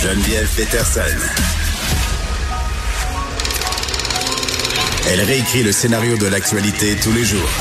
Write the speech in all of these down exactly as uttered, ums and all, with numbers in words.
Geneviève Peterson. Elle réécrit le scénario de l'actualité tous les jours.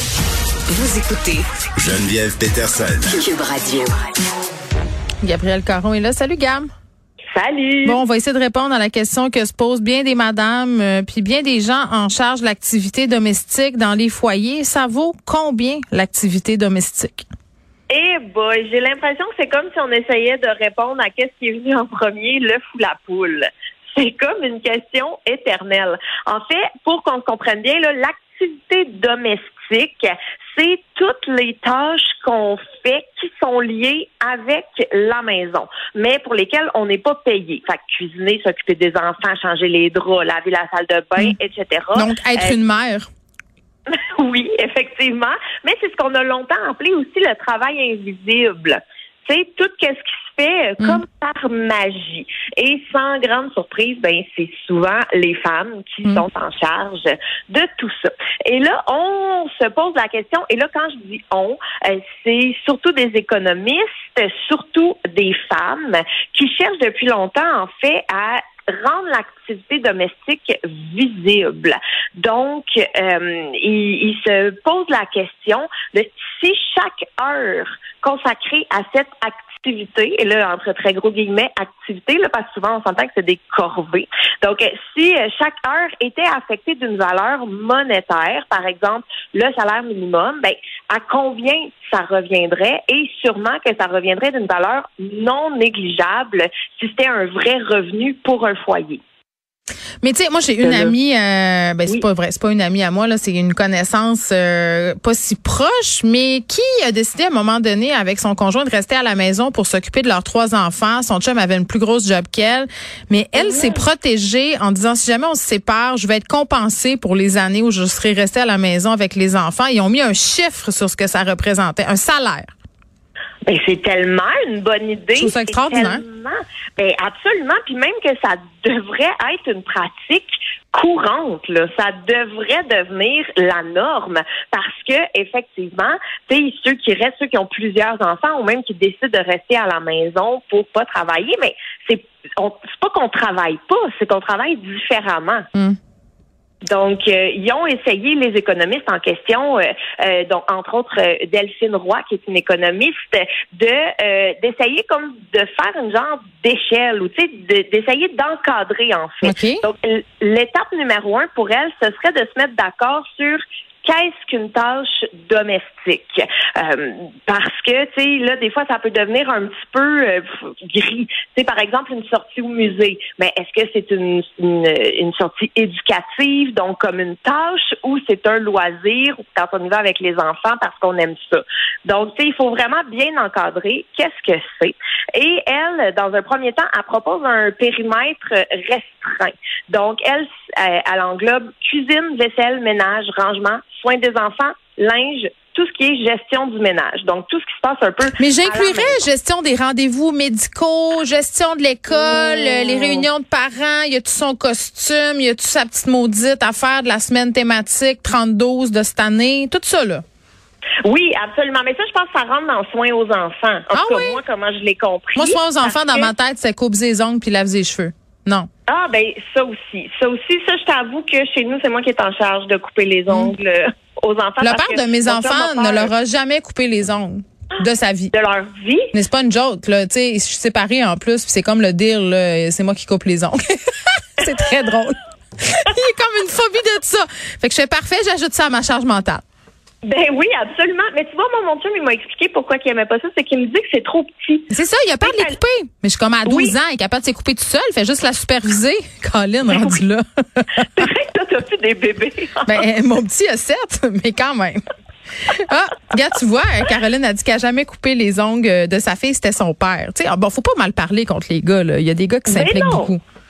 Vous écoutez Geneviève Peterson. Cube Radio. Gabrielle Caron est là. Salut, Gab. Salut! Bon, on va essayer de répondre à la question que se posent bien des madames euh, puis bien des gens en charge de l'activité domestique dans les foyers. Ça vaut combien l'activité domestique? Eh boy, j'ai l'impression que c'est comme si on essayait de répondre à qu'est-ce qui est venu en premier, l'œuf ou la poule. C'est comme une question éternelle. En fait, pour qu'on se comprenne bien, là, l'activité domestique, c'est toutes les tâches qu'on fait qui sont liées avec la maison, mais pour lesquelles on n'est pas payé. Fait que cuisiner, s'occuper des enfants, changer les draps, laver la salle de bain, mmh. et cetera. Donc, être euh, une mère. Oui, effectivement. Mais c'est ce qu'on a longtemps appelé aussi le travail invisible. Tu sais, tout ce qui se fait euh, mmh. comme par magie. Et sans grande surprise, ben c'est souvent les femmes qui mmh. sont en charge de tout ça. Et là, on se pose la question, et là, quand je dis on, euh, c'est surtout des économistes, surtout des femmes, qui cherchent depuis longtemps, en fait, à rendre l'activité domestique visible. Donc, euh, il, il se pose la question de si chaque heure consacrée à cette activité, et là, entre très gros guillemets, activité, là, parce que souvent, on s'entend que c'est des corvées. Donc, si chaque heure était affectée d'une valeur monétaire, par exemple, le salaire minimum, ben, à combien ça reviendrait? Et sûrement que ça reviendrait d'une valeur non négligeable si c'était un vrai revenu pour un foyer. Mais tu sais, moi j'ai une amie, euh, ben c'est oui. pas vrai, c'est pas une amie à moi là, c'est une connaissance euh, pas si proche, mais qui a décidé à un moment donné avec son conjoint de rester à la maison pour s'occuper de leurs trois enfants. Son chum avait une plus grosse job qu'elle, mais elle mmh. s'est protégée en disant si jamais on se sépare, je vais être compensée pour les années où je serai restée à la maison avec les enfants. Ils ont mis un chiffre sur ce que ça représentait, un salaire. Ben, c'est tellement une bonne idée. Je trouve ça extraordinaire. Ben, absolument. Puis même que ça devrait être une pratique courante, là. Ça devrait devenir la norme. Parce que, effectivement, tu sais, ceux qui restent, ceux qui ont plusieurs enfants ou même qui décident de rester à la maison pour pas travailler, mais c'est, on, c'est pas qu'on travaille pas, c'est qu'on travaille différemment. Mm. Donc, euh, ils ont essayé, les économistes en question, euh, euh, donc entre autres euh, Delphine Roy, qui est une économiste, de euh, d'essayer comme de faire une genre d'échelle ou tu sais de, d'essayer d'encadrer en fait. Okay. Donc, l'étape numéro un pour elle, ce serait de se mettre d'accord sur qu'est-ce qu'une tâche domestique? Euh, parce que, tu sais, là, des fois, ça peut devenir un petit peu euh, gris. Tu sais, par exemple, une sortie au musée. Mais est-ce que c'est une, une, une sortie éducative, donc comme une tâche, ou c'est un loisir quand on y va avec les enfants parce qu'on aime ça? Donc, tu sais, il faut vraiment bien encadrer qu'est-ce que c'est. Et elle, dans un premier temps, elle propose un périmètre restreint. Donc, elle, elle englobe cuisine, vaisselle, ménage, rangement, soins des enfants, linge, tout ce qui est gestion du ménage. Donc, tout ce qui se passe un peu. Mais j'inclurais gestion des rendez-vous médicaux, gestion de l'école, mmh. les réunions de parents, il y a tout son costume, il y a toute sa petite maudite affaire de la semaine thématique trente douze de cette année, tout ça, là. Oui, absolument. Mais ça, je pense que ça rentre dans soins aux enfants. En ah tout cas, oui? moi, comment je l'ai compris. Moi, soins aux enfants, dans que... ma tête, c'est coupe les ongles puis lave les cheveux. Non. Ah, ben, ça aussi. Ça aussi, ça, je t'avoue que chez nous, c'est moi qui est en charge de couper les ongles mmh. aux enfants. Le père de mes enfants ne leur a jamais coupé les ongles de sa vie. De leur vie? Mais c'est pas une joke, là. Tu sais, je suis séparée en plus, puis c'est comme le deal, là. C'est moi qui coupe les ongles. C'est très drôle. Il y a comme une phobie de ça. Fait que je fais parfait, j'ajoute ça à ma charge mentale. Ben oui, absolument. Mais tu vois, moi, mon chum, il m'a expliqué pourquoi il aimait pas ça. C'est qu'il me dit que c'est trop petit. C'est ça, il a peur de les couper. Mais je suis comme à douze oui. ans, il est capable de se couper tout seul. Il fait juste la superviser. Colin, ben rendu oui. là. C'est vrai que toi, t'as plus des bébés. Ben, mon petit a sept, mais quand même. Ah, regarde, tu vois, Caroline a dit qu'elle n'a jamais coupé les ongles de sa fille, c'était son père. Tu sais, bon, faut pas mal parler contre les gars, là. Il y a des gars qui s'impliquent beaucoup.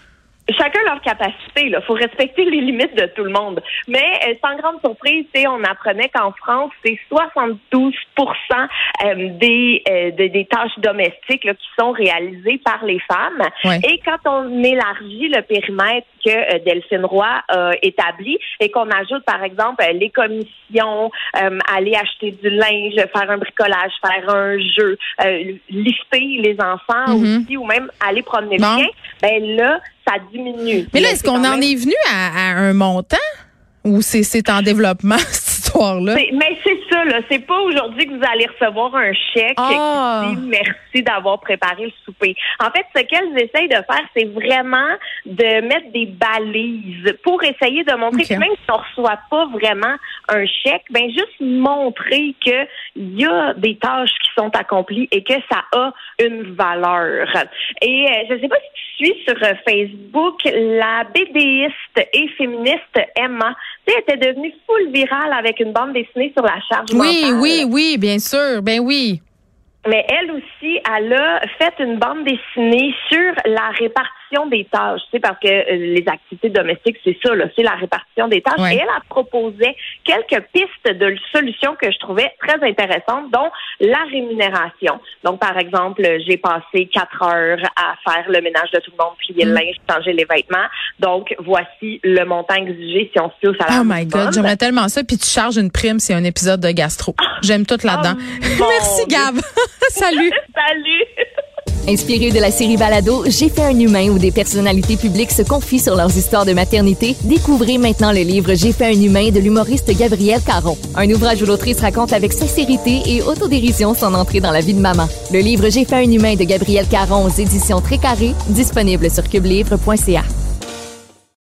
chacun leur capacité. Il faut respecter les limites de tout le monde. Mais euh, sans grande surprise, on apprenait qu'en France, c'est soixante-douze pour cent euh, des, euh, de, des tâches domestiques là, qui sont réalisées par les femmes. Ouais. Et quand on élargit le périmètre que euh, Delphine Roy a établi et qu'on ajoute, par exemple, euh, les commissions, euh, aller acheter du linge, faire un bricolage, faire un jeu, euh, lifter les enfants mm-hmm. aussi, ou même aller promener bon. le chien, ben là, ça diminue. Mais là, est-ce qu'on en même... est venu à, à un montant ou c'est, c'est en développement, cette histoire-là? C'est, mais c'est ça, là. C'est pas aujourd'hui que vous allez recevoir un chèque oh. qui dit merci d'avoir préparé le souper. En fait, ce qu'elles essayent de faire, c'est vraiment de mettre des balises pour essayer de montrer okay. que même si on reçoit pas vraiment un chèque, ben juste montrer que il y a des tâches qui sont accomplies et que ça a une valeur. Et euh, je sais pas si tu suis sur euh, Facebook, la BDiste et féministe Emma, tu sais, elle était devenue full virale avec une bande dessinée sur la charge oui, mentale. Oui, oui, oui, bien sûr, ben oui. Mais elle aussi, elle a fait une bande dessinée sur la répartition des tâches, tu sais, parce que euh, les activités domestiques, c'est ça, là, c'est la répartition des tâches. Ouais. Et elle a proposé quelques pistes de solutions que je trouvais très intéressantes, dont la rémunération. Donc, par exemple, j'ai passé quatre heures à faire le ménage de tout le monde, plier mm. le linge, changer les vêtements. Donc, voici le montant exigé si on se fie au salaire. Oh my God, j'aimerais tellement ça. Puis tu charges une prime, c'est un épisode de gastro. J'aime tout là-dedans. Oh, merci, Gab. Salut. Salut. Inspiré de la série Balado, J'ai fait un humain où des personnalités publiques se confient sur leurs histoires de maternité, découvrez maintenant le livre J'ai fait un humain de l'humoriste Gabrielle Caron. Un ouvrage où l'autrice raconte avec sincérité et autodérision son entrée dans la vie de maman. Le livre J'ai fait un humain de Gabrielle Caron aux éditions Très Carré, disponible sur cube livre point c a.